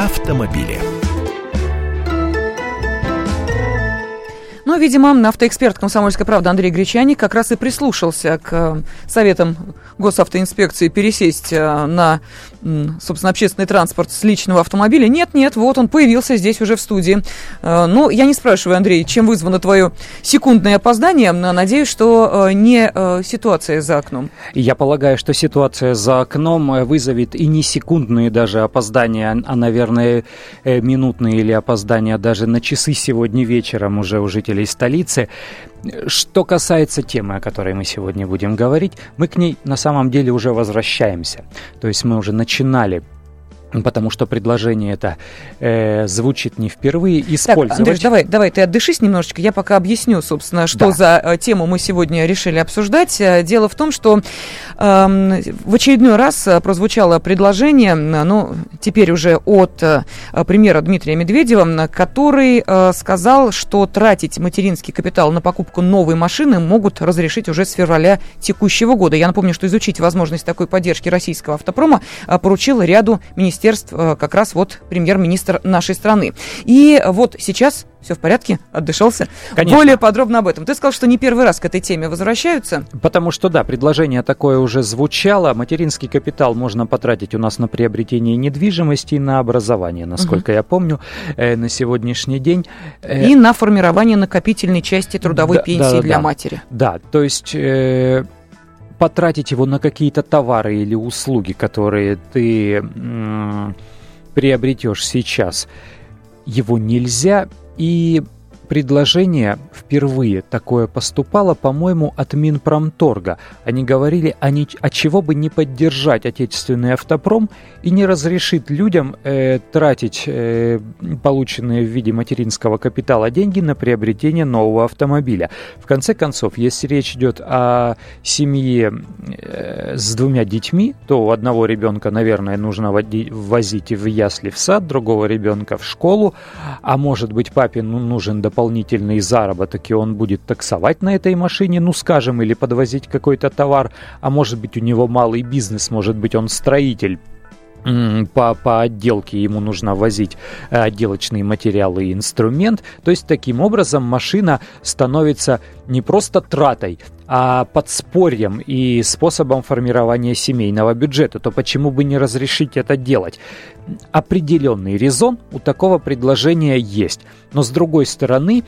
автомобили. Но, видимо, автоэксперт «Комсомольской правды» Андрей Гречаник как раз и прислушался к советам госавтоинспекции пересесть на, собственно, общественный транспорт с личного автомобиля. Нет, вот он появился здесь уже в студии. Ну, я не спрашиваю, Андрей, чем вызвано твое секундное опоздание. Надеюсь, что не ситуация за окном. Я полагаю, что ситуация за окном вызовет и не секундные даже опоздания, а, наверное, минутные или опоздания даже на часы сегодня вечером уже у жителей столицы. Что касается темы, о которой мы сегодня будем говорить, мы к ней на самом деле уже возвращаемся. То есть мы уже начинали, потому что предложение это звучит не впервые, использовать... Так, Андрюш, давай ты отдышись немножечко, я пока объясню, собственно, что за тему мы сегодня решили обсуждать. Дело в том, что в очередной раз прозвучало предложение, теперь уже от премьера Дмитрия Медведева, который сказал, что тратить материнский капитал на покупку новой машины могут разрешить уже с февраля текущего года. Я напомню, что изучить возможность такой поддержки российского автопрома поручил ряду министерств как раз вот премьер-министр нашей страны. И вот сейчас все в порядке, отдышался. Конечно. Более подробно об этом. Ты сказал, что не первый раз к этой теме возвращаются. Потому что, да, предложение такое уже звучало. Материнский капитал можно потратить у нас на приобретение недвижимости и на образование, насколько я помню, на сегодняшний день. И на формирование накопительной части трудовой пенсии для матери. Да, то есть... потратить его на какие-то товары или услуги, которые ты приобретешь сейчас, его нельзя. И предложение впервые такое поступало, по-моему, от Минпромторга. Они говорили, а чего бы не поддержать отечественный автопром и не разрешить людям тратить полученные в виде материнского капитала деньги на приобретение нового автомобиля. В конце концов, если речь идет о семье с 2 детьми, то у одного ребенка, наверное, нужно возить в ясли, в сад, другого ребенка в школу, а может быть, папе нужен дополнительный заработок, и он будет таксовать на этой машине, скажем, или подвозить какой-то товар, а может быть, у него малый бизнес, может быть, он строитель. По отделке ему нужно возить отделочные материалы и инструмент. То есть, таким образом, машина становится не просто тратой, а подспорьем и способом формирования семейного бюджета. То почему бы не разрешить это делать? Определенный резон у такого предложения есть. Но, с другой стороны,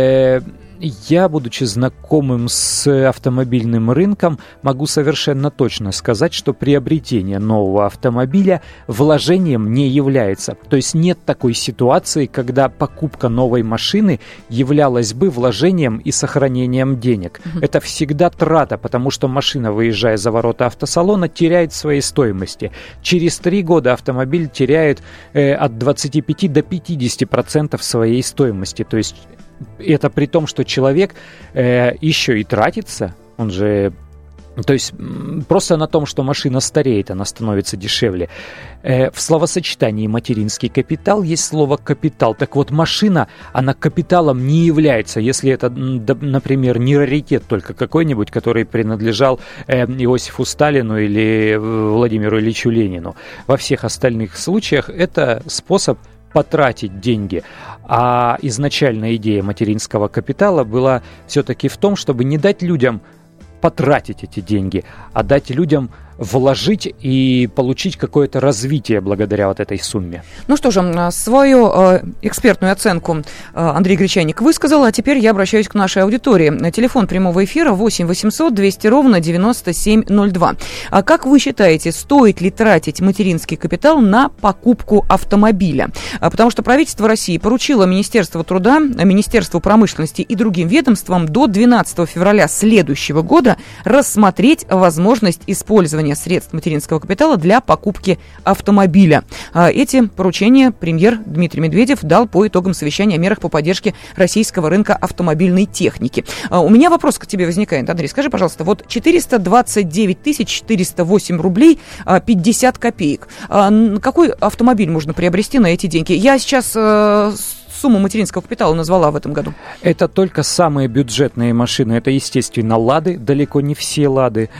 я, будучи знакомым с автомобильным рынком, могу совершенно точно сказать, что приобретение нового автомобиля вложением не является. То есть нет такой ситуации, когда покупка новой машины являлась бы вложением и сохранением денег. Это всегда трата, потому что машина, выезжая за ворота автосалона, теряет своей стоимости. Через 3 года автомобиль теряет от 25 до 50% своей стоимости. То есть это при том, что человек еще и тратится, он же... То есть просто на том, что машина стареет, она становится дешевле. В словосочетании «материнский капитал» есть слово «капитал». Так вот, машина, она капиталом не является, если это, например, не раритет только какой-нибудь, который принадлежал Иосифу Сталину или Владимиру Ильичу Ленину. Во всех остальных случаях это способ потратить деньги. А изначальная идея материнского капитала была все-таки в том, чтобы не дать людям потратить эти деньги, а дать людям вложить и получить какое-то развитие благодаря вот этой сумме. Ну что же, свою экспертную оценку Андрей Гречаник высказал, а теперь я обращаюсь к нашей аудитории. Телефон прямого эфира 8 800 200 ровно 9702. А как вы считаете, стоит ли тратить материнский капитал на покупку автомобиля? Потому что правительство России поручило Министерству труда, Министерству промышленности и другим ведомствам до 12 февраля следующего года рассмотреть возможность использования средств материнского капитала для покупки автомобиля. Эти поручения премьер Дмитрий Медведев дал по итогам совещания о мерах по поддержке российского рынка автомобильной техники. У меня вопрос к тебе возникает, Андрей. Скажи, пожалуйста, вот 429 408 рублей 50 копеек. Какой автомобиль можно приобрести на эти деньги? Я сейчас сумму материнского капитала назвала в этом году? Это только самые бюджетные машины. Это, естественно, «Лады», далеко не все «Лады».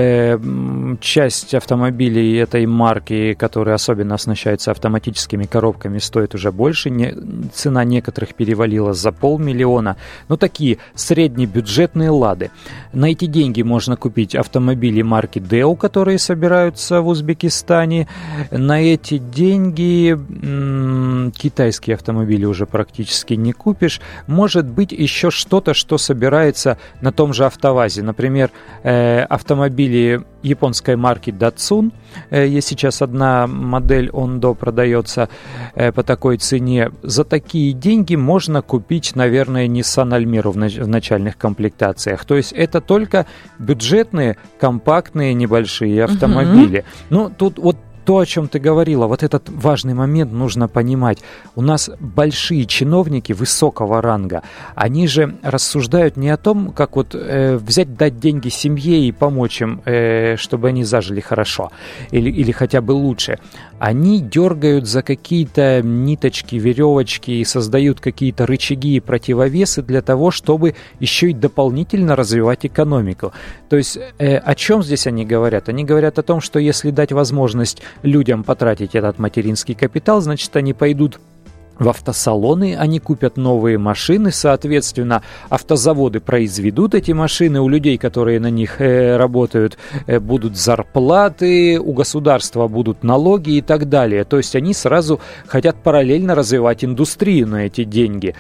Часть автомобилей этой марки, которые особенно оснащаются автоматическими коробками, стоит уже больше. Цена некоторых перевалила за 500 000. Но такие среднебюджетные «Лады». На эти деньги можно купить автомобили марки «Део», которые собираются в Узбекистане. На эти деньги китайские автомобили уже практически не купишь. Может быть, еще что-то, что собирается на том же АвтоВАЗе. Например, автомобили японской марки Datsun. Есть сейчас одна модель Ондо продается по такой цене. За такие деньги можно купить, наверное, Nissan Almera в начальных комплектациях. То есть это только бюджетные, компактные, небольшие автомобили. Ну, тут вот то, о чем ты говорила, вот этот важный момент нужно понимать. У нас большие чиновники высокого ранга, они же рассуждают не о том, как вот взять, дать деньги семье и помочь им, чтобы они зажили хорошо или хотя бы лучше. Они дергают за какие-то ниточки, веревочки и создают какие-то рычаги и противовесы для того, чтобы еще и дополнительно развивать экономику. То есть о чем здесь они говорят? Они говорят о том, что если дать возможность людям потратить этот материнский капитал, значит, они пойдут в автосалоны, они купят новые машины, соответственно, автозаводы произведут эти машины, у людей, которые на них работают, будут зарплаты, у государства будут налоги и так далее. То есть они сразу хотят параллельно развивать индустрию на эти деньги.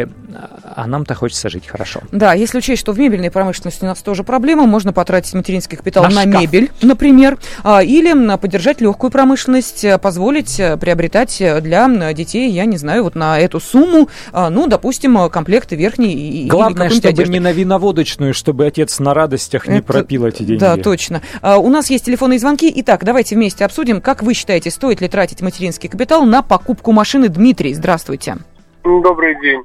А нам-то хочется жить хорошо. Да, если учесть, что в мебельной промышленности у нас тоже проблема, можно потратить материнский капитал на мебель, например, или поддержать легкую промышленность, позволить приобретать для детей, я не знаю, вот на эту сумму, ну, допустим, комплекты верхние. Главное, чтобы одежды. Не на виноводочную, чтобы отец на радостях не пропил эти деньги. Да, точно. У нас есть телефонные звонки. Итак, давайте вместе обсудим, как вы считаете, стоит ли тратить материнский капитал на покупку машины. Дмитрий, здравствуйте. Добрый день.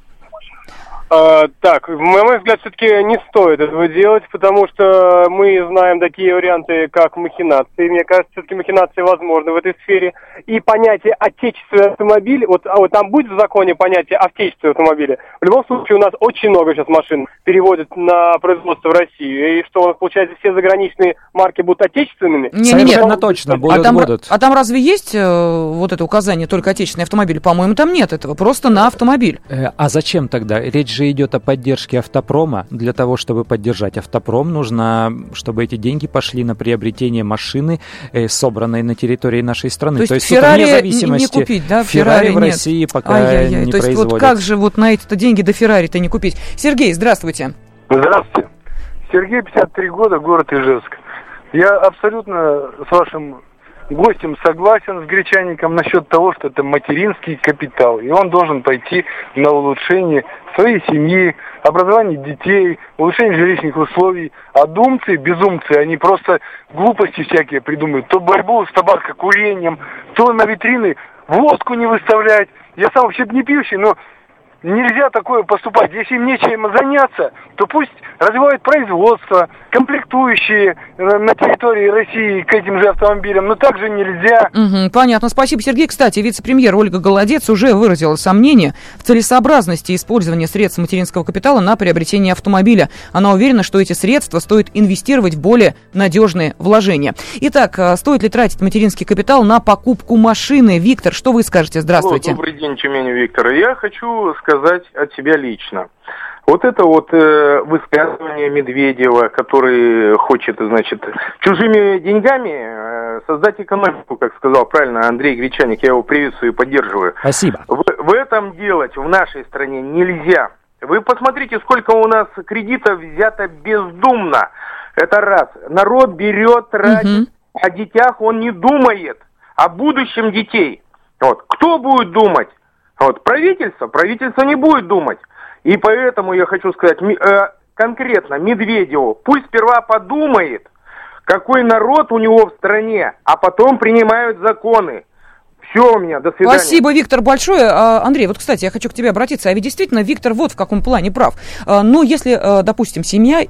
Так, в мой взгляд, все-таки не стоит этого делать, потому что мы знаем такие варианты, как махинации. Мне кажется, все-таки махинации возможны в этой сфере. И понятие «отечественный автомобиль», вот там будет в законе понятие «отечественный автомобиль». В любом случае, у нас очень много сейчас машин переводят на производство в Россию. И что, получается, все заграничные марки будут отечественными? Совершенно точно, будут. А там разве есть вот это указание «только отечественный автомобиль»? По-моему, там нет этого, просто на автомобиль. А зачем тогда? Речь же идет о поддержке автопрома. Для того, чтобы поддержать автопром, нужно, чтобы эти деньги пошли на приобретение машины, собранной на территории нашей страны. То есть Феррари не купить, да? Феррари в России пока не то есть производят. Вот как же вот на эти деньги до Феррари-то не купить? Сергей, здравствуйте. Здравствуйте. Сергей, 53 года, город Ижевск. Я абсолютно с вашим гостем согласен, с гречанником, насчет того, что это материнский капитал. И он должен пойти на улучшение своей семьи, образование детей, улучшение жилищных условий. А думцы, безумцы, они просто глупости всякие придумывают. То борьбу с табакокурением, то на витрины водку не выставлять. Я сам вообще не пьющий, но нельзя такое поступать. Если им нечем заняться, то пусть развивают производство, комплектующие на территории России к этим же автомобилям, но также нельзя. Понятно. Спасибо, Сергей. Кстати, вице-премьер Ольга Голодец уже выразила сомнение в целесообразности использования средств материнского капитала на приобретение автомобиля. Она уверена, что эти средства стоит инвестировать в более надежные вложения. Итак, стоит ли тратить материнский капитал на покупку машины? Виктор, что вы скажете? Здравствуйте. Добрый день, Тюмень, Виктор. Я хочу сказать от себя лично. Вот это вот высказывание Медведева, который хочет, значит, чужими деньгами создать экономику, как сказал правильно Андрей Гречаник, я его приветствую и поддерживаю. Спасибо. В этом делать в нашей стране нельзя. Вы посмотрите, сколько у нас кредитов взято бездумно. Это раз. Народ берет, тратит, о детях он не думает, о будущем детей. Вот. Кто будет думать? Вот. Правительство не будет думать. И поэтому я хочу сказать конкретно Медведеву, пусть сперва подумает, какой народ у него в стране, а потом принимают законы. Все у меня, до свидания. Спасибо, Виктор, большое. Андрей, вот, кстати, я хочу к тебе обратиться. А ведь действительно Виктор вот в каком плане прав. Но если, допустим, семья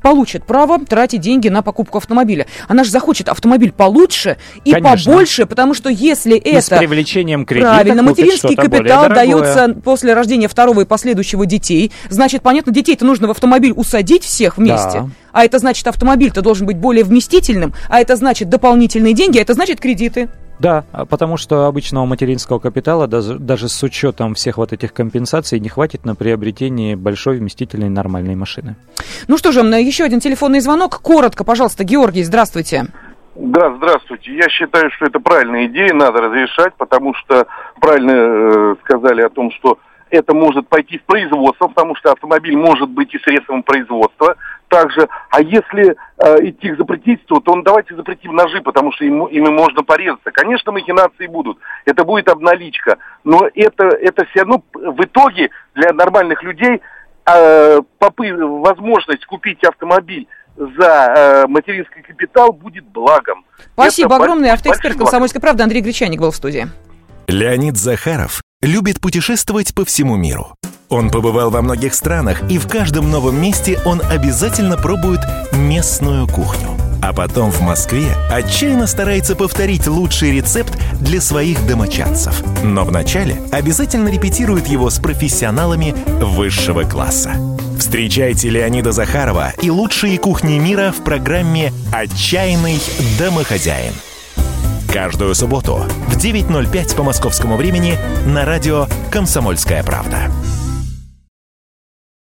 получит право тратить деньги на покупку автомобиля. Она же захочет автомобиль получше и побольше, потому что если это... с привлечением кредита правильно, материнский капитал дается после рождения второго и последующего детей. Значит, понятно, детей-то нужно в автомобиль усадить всех вместе. Да. А это значит, автомобиль-то должен быть более вместительным, а это значит дополнительные деньги, а это значит кредиты. Да, потому что обычного материнского капитала даже с учетом всех вот этих компенсаций не хватит на приобретение большой вместительной нормальной машины. Ну что же, еще один телефонный звонок. Коротко, пожалуйста, Георгий, здравствуйте. Да, здравствуйте. Я считаю, что это правильная идея, надо разрешать, потому что правильно сказали о том, что это может пойти в производство, потому что автомобиль может быть и средством производства также. А если идти к запретительству, то давайте запретим ножи, потому что ими можно порезаться. Конечно, махинации будут, это будет обналичка, но это все равно в итоге для нормальных людей возможность купить автомобиль за материнский капитал будет благом. Спасибо огромное. Автоэксперт «Комсомольской правды» Андрей Гречаник был в студии. Леонид Захаров любит путешествовать по всему миру. Он побывал во многих странах, и в каждом новом месте он обязательно пробует местную кухню. А потом в Москве отчаянно старается повторить лучший рецепт для своих домочадцев. Но вначале обязательно репетирует его с профессионалами высшего класса. Встречайте Леонида Захарова и лучшие кухни мира в программе «Отчаянный домохозяин». Каждую субботу в 9:05 по московскому времени на радио «Комсомольская правда».